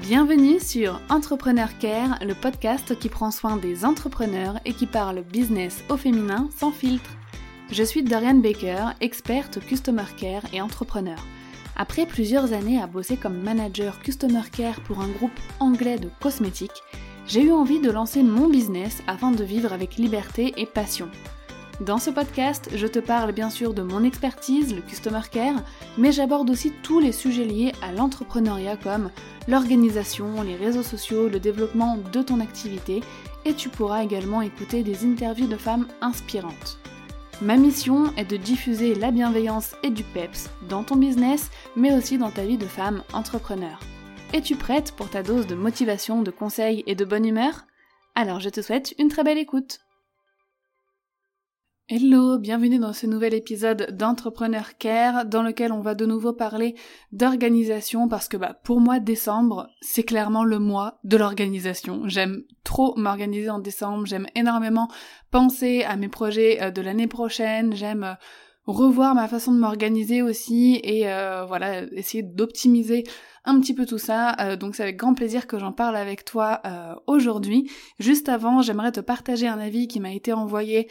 Bienvenue sur Entrepreneur Care, le podcast qui prend soin des entrepreneurs et qui parle business au féminin sans filtre. Je suis Dorian Baker, experte Customer Care et entrepreneur. Après plusieurs années à bosser comme manager Customer Care pour un groupe anglais de cosmétiques, j'ai eu envie de lancer mon business afin de vivre avec liberté et passion. Dans ce podcast, je te parle bien sûr de mon expertise, le Customer Care, mais j'aborde aussi tous les sujets liés à l'entrepreneuriat comme l'organisation, les réseaux sociaux, le développement de ton activité, et tu pourras également écouter des interviews de femmes inspirantes. Ma mission est de diffuser la bienveillance et du peps dans ton business, mais aussi dans ta vie de femme entrepreneur. Es-tu prête pour ta dose de motivation, de conseils et de bonne humeur ? Alors je te souhaite une très belle écoute. Hello, bienvenue dans ce nouvel épisode d'Entrepreneur Care dans lequel on va de nouveau parler d'organisation parce que pour moi décembre c'est clairement le mois de l'organisation. J'aime trop m'organiser en décembre, j'aime énormément penser à mes projets de l'année prochaine, j'aime revoir ma façon de m'organiser aussi et essayer d'optimiser un petit peu tout ça, donc c'est avec grand plaisir que j'en parle avec toi aujourd'hui. Juste avant, j'aimerais te partager un avis qui m'a été envoyé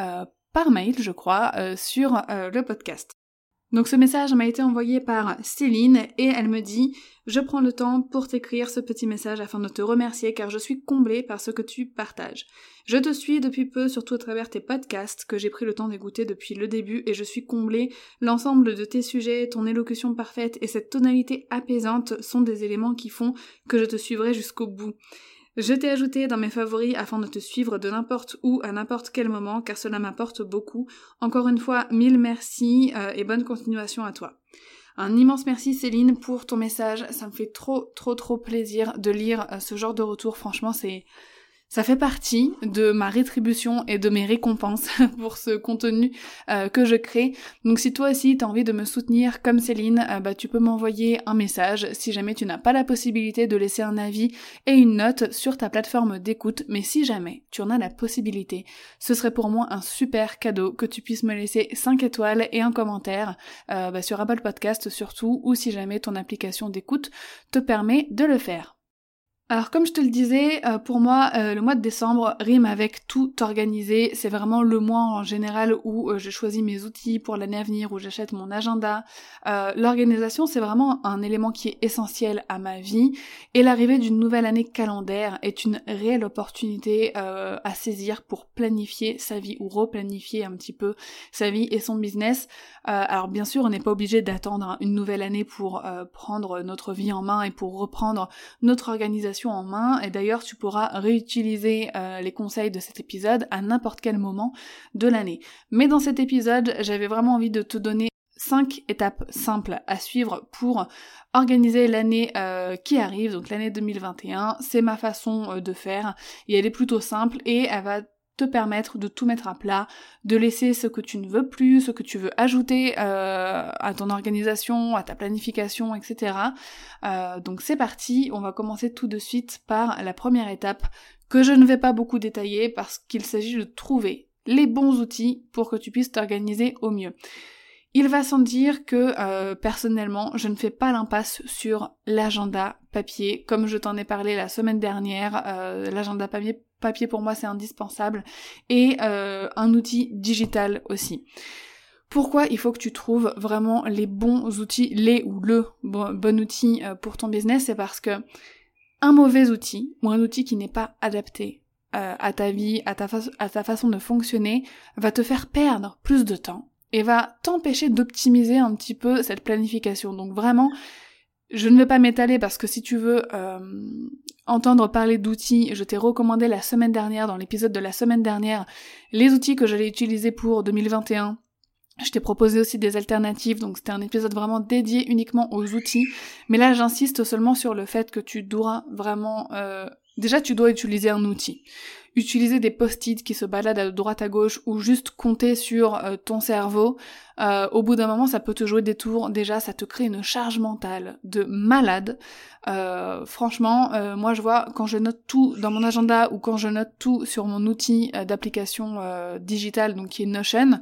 par mail, je crois, sur le podcast. Donc ce message m'a été envoyé par Céline et elle me dit « Je prends le temps pour t'écrire ce petit message afin de te remercier car je suis comblée par ce que tu partages. Je te suis depuis peu, surtout à travers tes podcasts que j'ai pris le temps d'écouter depuis le début et je suis comblée. L'ensemble de tes sujets, ton élocution parfaite et cette tonalité apaisante sont des éléments qui font que je te suivrai jusqu'au bout. Je t'ai ajouté dans mes favoris afin de te suivre de n'importe où, à n'importe quel moment, car cela m'apporte beaucoup. Encore une fois, mille merci et bonne continuation à toi. Un immense merci Céline pour ton message, ça me fait trop plaisir de lire ce genre de retour, franchement ça fait partie de ma rétribution et de mes récompenses pour ce contenu que je crée. Donc si toi aussi t'as envie de me soutenir comme Céline, tu peux m'envoyer un message si jamais tu n'as pas la possibilité de laisser un avis et une note sur ta plateforme d'écoute. Mais si jamais tu en as la possibilité, ce serait pour moi un super cadeau que tu puisses me laisser 5 étoiles et un commentaire sur Apple Podcast surtout, ou si jamais ton application d'écoute te permet de le faire. Alors comme je te le disais, pour moi, le mois de décembre rime avec tout organiser. C'est vraiment le mois en général où je choisis mes outils pour l'année à venir, où j'achète mon agenda. L'organisation, c'est vraiment un élément qui est essentiel à ma vie. Et l'arrivée d'une nouvelle année calendaire est une réelle opportunité à saisir pour planifier sa vie ou replanifier un petit peu sa vie et son business. Alors bien sûr, on n'est pas obligé d'attendre une nouvelle année pour prendre notre vie en main et pour reprendre notre organisation en main, et d'ailleurs tu pourras réutiliser les conseils de cet épisode à n'importe quel moment de l'année. Mais dans cet épisode, j'avais vraiment envie de te donner 5 étapes simples à suivre pour organiser l'année qui arrive, donc l'année 2021. C'est ma façon de faire, et elle est plutôt simple, et elle va te permettre de tout mettre à plat, de laisser ce que tu ne veux plus, ce que tu veux ajouter à ton organisation, à ta planification, etc. Donc c'est parti, on va commencer tout de suite par la première étape que je ne vais pas beaucoup détailler parce qu'il s'agit de trouver les bons outils pour que tu puisses t'organiser au mieux. Il va sans dire que personnellement, je ne fais pas l'impasse sur l'agenda papier, comme je t'en ai parlé la semaine dernière. L'agenda papier pour moi c'est indispensable, et un outil digital aussi. Pourquoi il faut que tu trouves vraiment les bons outils, le bon outil pour ton business? C'est parce que un mauvais outil, ou un outil qui n'est pas adapté à ta vie, à ta façon de fonctionner, va te faire perdre plus de temps et va t'empêcher d'optimiser un petit peu cette planification. Donc vraiment, je ne vais pas m'étaler parce que si tu veux entendre parler d'outils, je t'ai recommandé la semaine dernière, dans l'épisode de la semaine dernière, les outils que j'allais utiliser pour 2021. Je t'ai proposé aussi des alternatives, donc c'était un épisode vraiment dédié uniquement aux outils. Mais là, j'insiste seulement sur le fait que tu dois vraiment... Déjà, tu dois utiliser un outil. Utiliser des post-it qui se baladent à droite à gauche ou juste compter sur ton cerveau, au bout d'un moment, ça peut te jouer des tours. Déjà, ça te crée une charge mentale de malade. Franchement, moi je vois quand je note tout dans mon agenda ou quand je note tout sur mon outil d'application digitale, donc qui est Notion,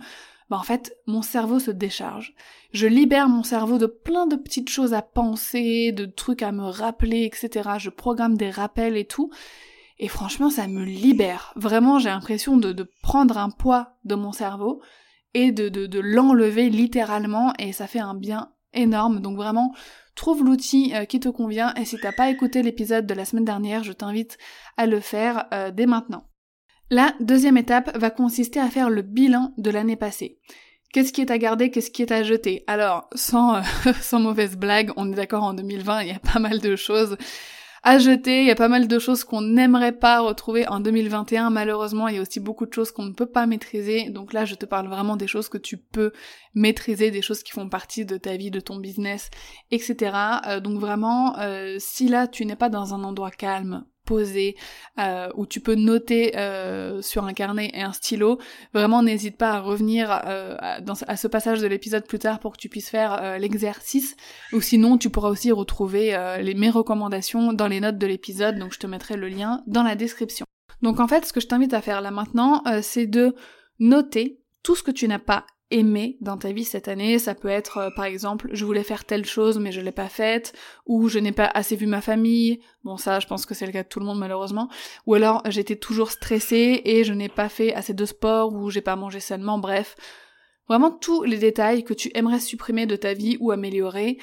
en fait, mon cerveau se décharge. Je libère mon cerveau de plein de petites choses à penser, de trucs à me rappeler, etc. Je programme des rappels et tout. Et franchement, ça me libère. Vraiment, j'ai l'impression de prendre un poids de mon cerveau et de l'enlever littéralement, et ça fait un bien énorme. Donc vraiment, trouve l'outil qui te convient, et si t'as pas écouté l'épisode de la semaine dernière, je t'invite à le faire dès maintenant. La deuxième étape va consister à faire le bilan de l'année passée. Qu'est-ce qui est à garder, qu'est-ce qui est à jeter? Alors, sans mauvaise blague, on est d'accord, en 2020, il y a pas mal de choses à jeter, il y a pas mal de choses qu'on n'aimerait pas retrouver en 2021, malheureusement, il y a aussi beaucoup de choses qu'on ne peut pas maîtriser, donc là, je te parle vraiment des choses que tu peux maîtriser, des choses qui font partie de ta vie, de ton business, etc. Donc vraiment, si là, tu n'es pas dans un endroit calme, posé, où tu peux noter sur un carnet et un stylo, vraiment n'hésite pas à revenir à ce passage de l'épisode plus tard pour que tu puisses faire l'exercice, ou sinon tu pourras aussi retrouver mes recommandations dans les notes de l'épisode, donc je te mettrai le lien dans la description. Donc en fait, ce que je t'invite à faire là maintenant, c'est de noter tout ce que tu n'as pas aimé dans ta vie cette année. Ça peut être par exemple, je voulais faire telle chose mais je l'ai pas faite, ou je n'ai pas assez vu ma famille, bon ça je pense que c'est le cas de tout le monde malheureusement, ou alors j'étais toujours stressée et je n'ai pas fait assez de sport, ou j'ai pas mangé sainement, bref. Vraiment tous les détails que tu aimerais supprimer de ta vie ou améliorer.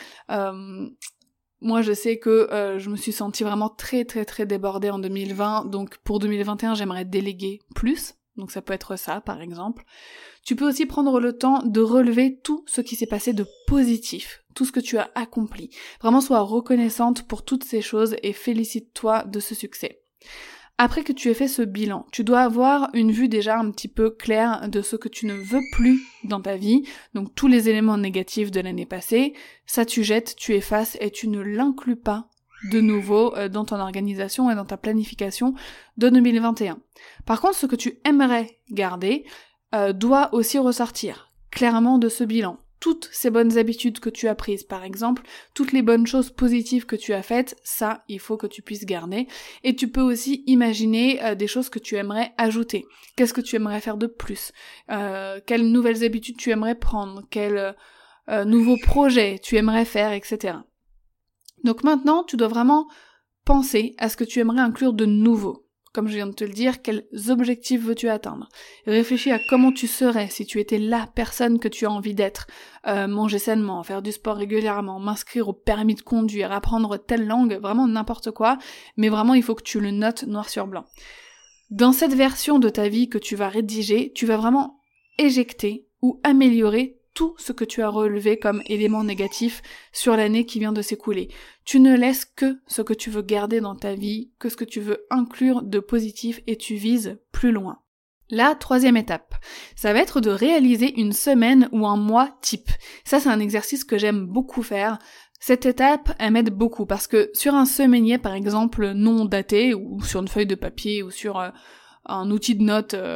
Moi je sais que je me suis sentie vraiment très très très débordée en 2020, donc pour 2021 j'aimerais déléguer plus. Donc ça peut être ça, par exemple. Tu peux aussi prendre le temps de relever tout ce qui s'est passé de positif, tout ce que tu as accompli. Vraiment, sois reconnaissante pour toutes ces choses et félicite-toi de ce succès. Après que tu aies fait ce bilan, tu dois avoir une vue déjà un petit peu claire de ce que tu ne veux plus dans ta vie. Donc tous les éléments négatifs de l'année passée, ça tu jettes, tu effaces et tu ne l'inclus pas de nouveau dans ton organisation et dans ta planification de 2021. Par contre, ce que tu aimerais garder doit aussi ressortir clairement de ce bilan. Toutes ces bonnes habitudes que tu as prises, par exemple, toutes les bonnes choses positives que tu as faites, ça, il faut que tu puisses garder. Et tu peux aussi imaginer des choses que tu aimerais ajouter. Qu'est-ce que tu aimerais faire de plus? Quelles nouvelles habitudes tu aimerais prendre? Quels nouveaux projets tu aimerais faire, etc. Donc maintenant, tu dois vraiment penser à ce que tu aimerais inclure de nouveau. Comme je viens de te le dire, quels objectifs veux-tu atteindre? Réfléchis à comment tu serais si tu étais la personne que tu as envie d'être. Manger sainement, faire du sport régulièrement, m'inscrire au permis de conduire, apprendre telle langue, vraiment n'importe quoi. Mais vraiment, il faut que tu le notes noir sur blanc. Dans cette version de ta vie que tu vas rédiger, tu vas vraiment éjecter ou améliorer tout ce que tu as relevé comme élément négatif sur l'année qui vient de s'écouler. Tu ne laisses que ce que tu veux garder dans ta vie, que ce que tu veux inclure de positif, et tu vises plus loin. La troisième étape, ça va être de réaliser une semaine ou un mois type. Ça, c'est un exercice que j'aime beaucoup faire. Cette étape, elle m'aide beaucoup parce que sur un semainier, par exemple, non daté, ou sur une feuille de papier, ou sur un outil de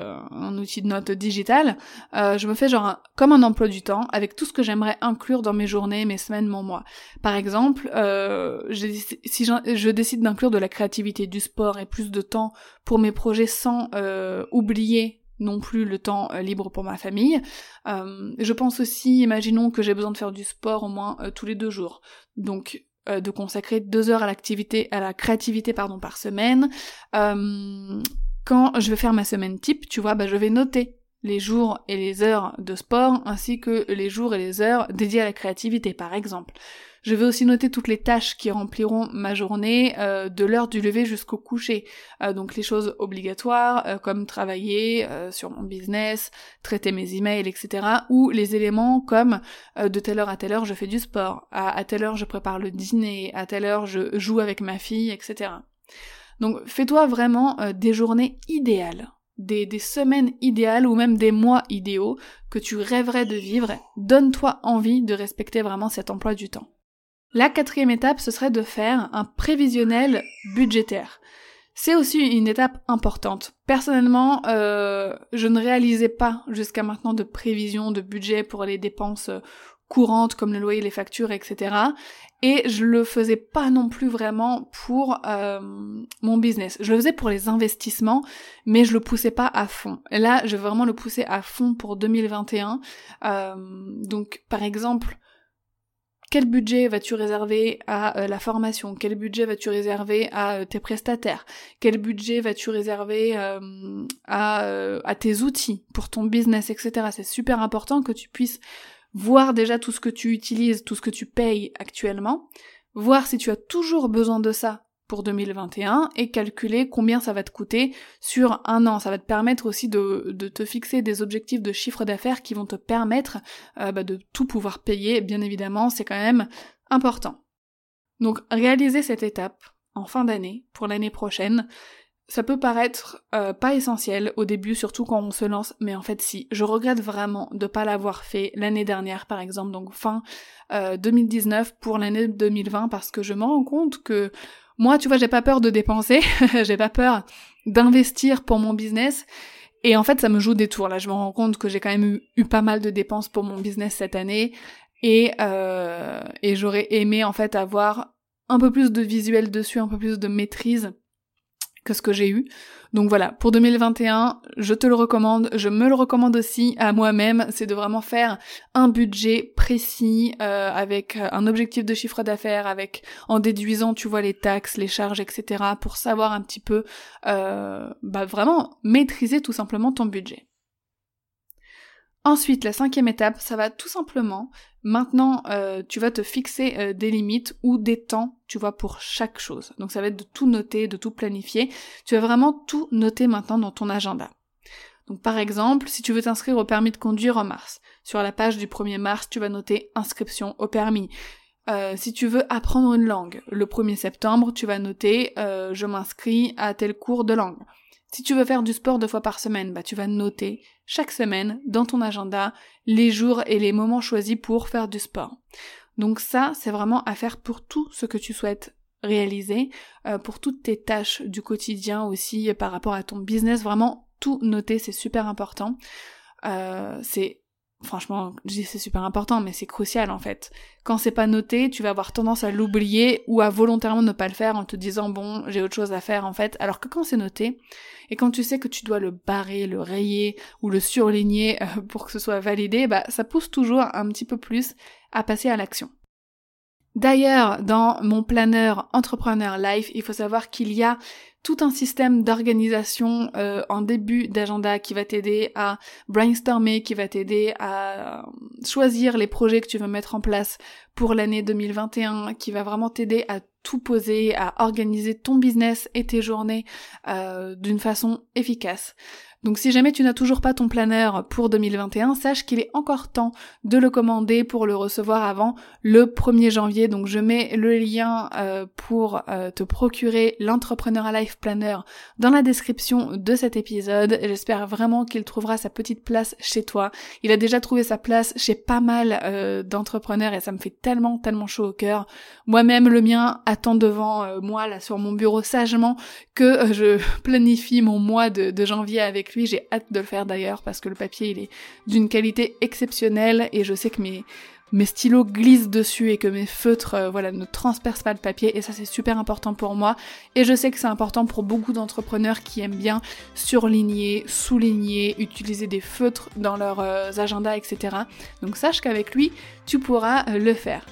notes digital, je me fais comme un emploi du temps avec tout ce que j'aimerais inclure dans mes journées, mes semaines, mon mois. Par exemple, si je décide d'inclure de la créativité, du sport et plus de temps pour mes projets sans oublier non plus le temps libre pour ma famille. Je pense aussi, imaginons que j'ai besoin de faire du sport au moins tous les 2 jours. Donc de consacrer 2 heures à la créativité par semaine. Quand je vais faire ma semaine type, tu vois, je vais noter les jours et les heures de sport, ainsi que les jours et les heures dédiés à la créativité, par exemple. Je vais aussi noter toutes les tâches qui rempliront ma journée, de l'heure du lever jusqu'au coucher. Donc les choses obligatoires, comme travailler sur mon business, traiter mes emails, etc. Ou les éléments comme de telle heure à telle heure je fais du sport, à telle heure je prépare le dîner, à telle heure je joue avec ma fille, etc. Donc fais-toi vraiment des journées idéales, des semaines idéales ou même des mois idéaux que tu rêverais de vivre. Donne-toi envie de respecter vraiment cet emploi du temps. La 4e étape, ce serait de faire un prévisionnel budgétaire. C'est aussi une étape importante. Personnellement, je ne réalisais pas jusqu'à maintenant de prévision de budget pour les dépenses courantes comme le loyer, les factures, etc. Et je le faisais pas non plus vraiment pour mon business. Je le faisais pour les investissements, mais je le poussais pas à fond. Et là, je vais vraiment le pousser à fond pour 2021. Donc, par exemple, quel budget vas-tu réserver à la formation? Quel budget vas-tu réserver à tes prestataires? Quel budget vas-tu réserver à tes outils pour ton business, etc. C'est super important que tu puisses voir déjà tout ce que tu utilises, tout ce que tu payes actuellement, voir si tu as toujours besoin de ça pour 2021 et calculer combien ça va te coûter sur un an. Ça va te permettre aussi de te fixer des objectifs de chiffre d'affaires qui vont te permettre de tout pouvoir payer, bien évidemment, c'est quand même important. Donc réaliser cette étape en fin d'année, pour l'année prochaine, ça peut paraître pas essentiel au début, surtout quand on se lance, mais en fait si. Je regrette vraiment de pas l'avoir fait l'année dernière par exemple, donc fin 2019 pour l'année 2020, parce que je me rends compte que moi, tu vois, j'ai pas peur de dépenser, j'ai pas peur d'investir pour mon business, et en fait ça me joue des tours. Là je me rends compte que j'ai quand même eu pas mal de dépenses pour mon business cette année, et j'aurais aimé en fait avoir un peu plus de visuel dessus, un peu plus de maîtrise que ce que j'ai eu. Donc voilà, pour 2021, je te le recommande, je me le recommande aussi à moi-même, c'est de vraiment faire un budget précis, avec un objectif de chiffre d'affaires, en déduisant, tu vois, les taxes, les charges, etc., pour savoir un petit peu, vraiment maîtriser tout simplement ton budget. Ensuite, la 5e étape, ça va tout simplement, maintenant, tu vas te fixer des limites ou des temps, tu vois, pour chaque chose. Donc ça va être de tout noter, de tout planifier. Tu vas vraiment tout noter maintenant dans ton agenda. Donc par exemple, si tu veux t'inscrire au permis de conduire en mars, sur la page du 1er mars, tu vas noter inscription au permis. Si tu veux apprendre une langue, le 1er septembre, tu vas noter je m'inscris à tel cours de langue. Si tu veux faire du sport 2 fois par semaine, tu vas noter chaque semaine dans ton agenda les jours et les moments choisis pour faire du sport. Donc ça, c'est vraiment à faire pour tout ce que tu souhaites réaliser, pour toutes tes tâches du quotidien aussi par rapport à ton business. Vraiment, tout noter, c'est super important. Franchement, je dis c'est super important, mais c'est crucial en fait. Quand c'est pas noté, tu vas avoir tendance à l'oublier ou à volontairement ne pas le faire en te disant bon, j'ai autre chose à faire en fait. Alors que quand c'est noté, et quand tu sais que tu dois le barrer, le rayer ou le surligner pour que ce soit validé, ça pousse toujours un petit peu plus à passer à l'action. D'ailleurs, dans mon planeur Entrepreneur Life, il faut savoir qu'il y a tout un système d'organisation en début d'agenda qui va t'aider à brainstormer, qui va t'aider à choisir les projets que tu veux mettre en place pour l'année 2021, qui va vraiment t'aider à tout poser, à organiser ton business et tes journées d'une façon efficace. Donc si jamais tu n'as toujours pas ton planeur pour 2021, sache qu'il est encore temps de le commander pour le recevoir avant le 1er janvier. Donc je mets le lien pour te procurer l'Entrepreneur Life Planner dans la description de cet épisode. J'espère vraiment qu'il trouvera sa petite place chez toi. Il a déjà trouvé sa place chez pas mal d'entrepreneurs et ça me fait tellement chaud au cœur. Moi-même, le mien attend devant moi là sur mon bureau sagement que je planifie mon mois de janvier avec lui. J'ai hâte de le faire d'ailleurs parce que le papier il est d'une qualité exceptionnelle et je sais que mes stylos glissent dessus et que mes feutres ne transpercent pas le papier et ça c'est super important pour moi et je sais que c'est important pour beaucoup d'entrepreneurs qui aiment bien surligner, souligner, utiliser des feutres dans leurs agendas, etc. Donc sache qu'avec lui tu pourras le faire.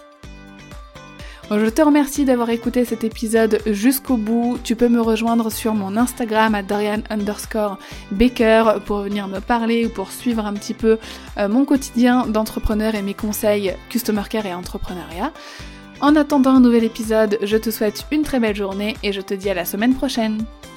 Je te remercie d'avoir écouté cet épisode jusqu'au bout. Tu peux me rejoindre sur mon Instagram @Dorian_Baker pour venir me parler ou pour suivre un petit peu mon quotidien d'entrepreneur et mes conseils Customer Care et entrepreneuriat. En attendant un nouvel épisode, je te souhaite une très belle journée et je te dis à la semaine prochaine.